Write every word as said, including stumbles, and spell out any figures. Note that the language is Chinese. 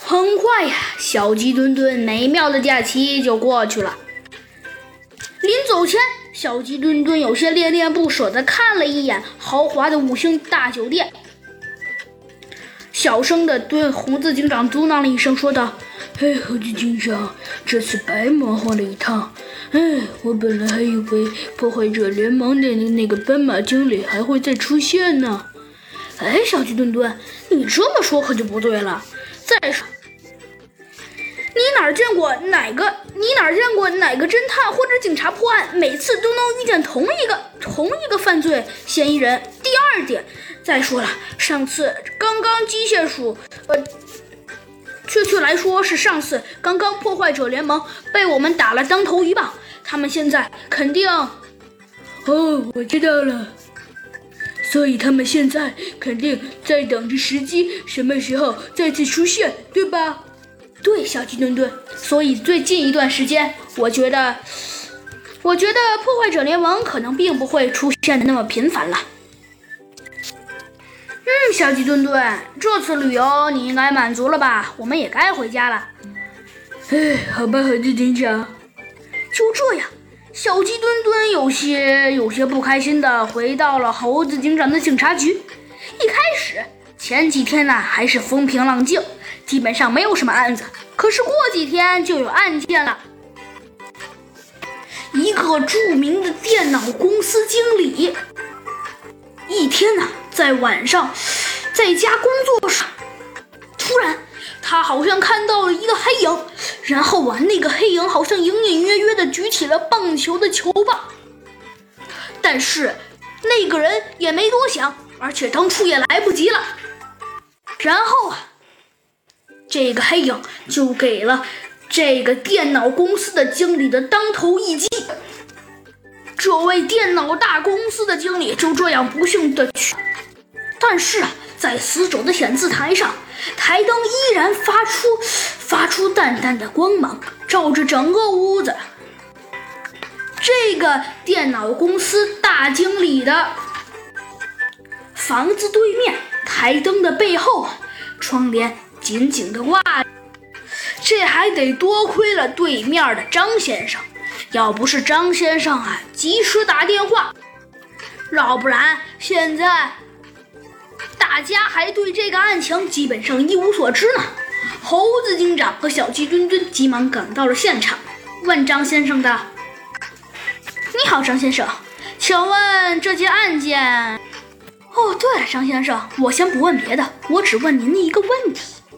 很快呀，小鸡墩墩美妙的假期就过去了。临走前，小鸡墩墩有些恋恋不舍地看了一眼豪华的五星大酒店，小声地对猴子警长嘟囔了一声，说道：“嘿，猴子警长，这次白忙活了一趟。哎，我本来还以为破坏者联盟的那个斑马经理还会再出现呢。”哎，小鸡墩墩，你这么说可就不对了。再说，你哪见过哪个你哪见过哪个侦探或者警察破案，每次都能遇见同一个同一个犯罪嫌疑人？第二点，再说了，上次刚刚机械鼠，呃，确切来说是上次刚刚破坏者联盟被我们打了当头一棒，他们现在肯定……哦，我知道了。所以他们现在肯定在等着时机，什么时候再次出现，对吧？对，小鸡墩墩。所以最近一段时间，我觉得，我觉得破坏者联盟可能并不会出现的那么频繁了。嗯，小鸡墩墩，这次旅游你应该满足了吧？我们也该回家了。哎，好吧，猴子警长。就这样。小鸡墩墩有些有些不开心的回到了猴子警长的警察局。一开始前几天呢还是风平浪静，基本上没有什么案子。可是过几天就有案件了。一个著名的电脑公司经理，一天呢在晚上在一家工作室，突然他好像看到了一个黑影，然后啊，那个黑影好像隐隐约约地举起了棒球的球棒，但是那个人也没多想，而且当初也来不及了。然后啊，这个黑影就给了这个电脑公司的经理的当头一击。这位电脑大公司的经理就这样不幸的去，但是啊，在死者的显字台上，台灯依然发出发出淡淡的光芒，照着整个屋子。这个电脑公司大经理的房子对面，台灯的背后，窗帘紧紧地挂着。这还得多亏了对面的张先生，要不是张先生啊及时打电话，要不然现在大家还对这个案情基本上一无所知呢。猴子警长和小鸡墩墩急忙赶到了现场，问张先生道：“你好，张先生，请问这件案件……哦，对了，张先生，我先不问别的，我只问您一个问题。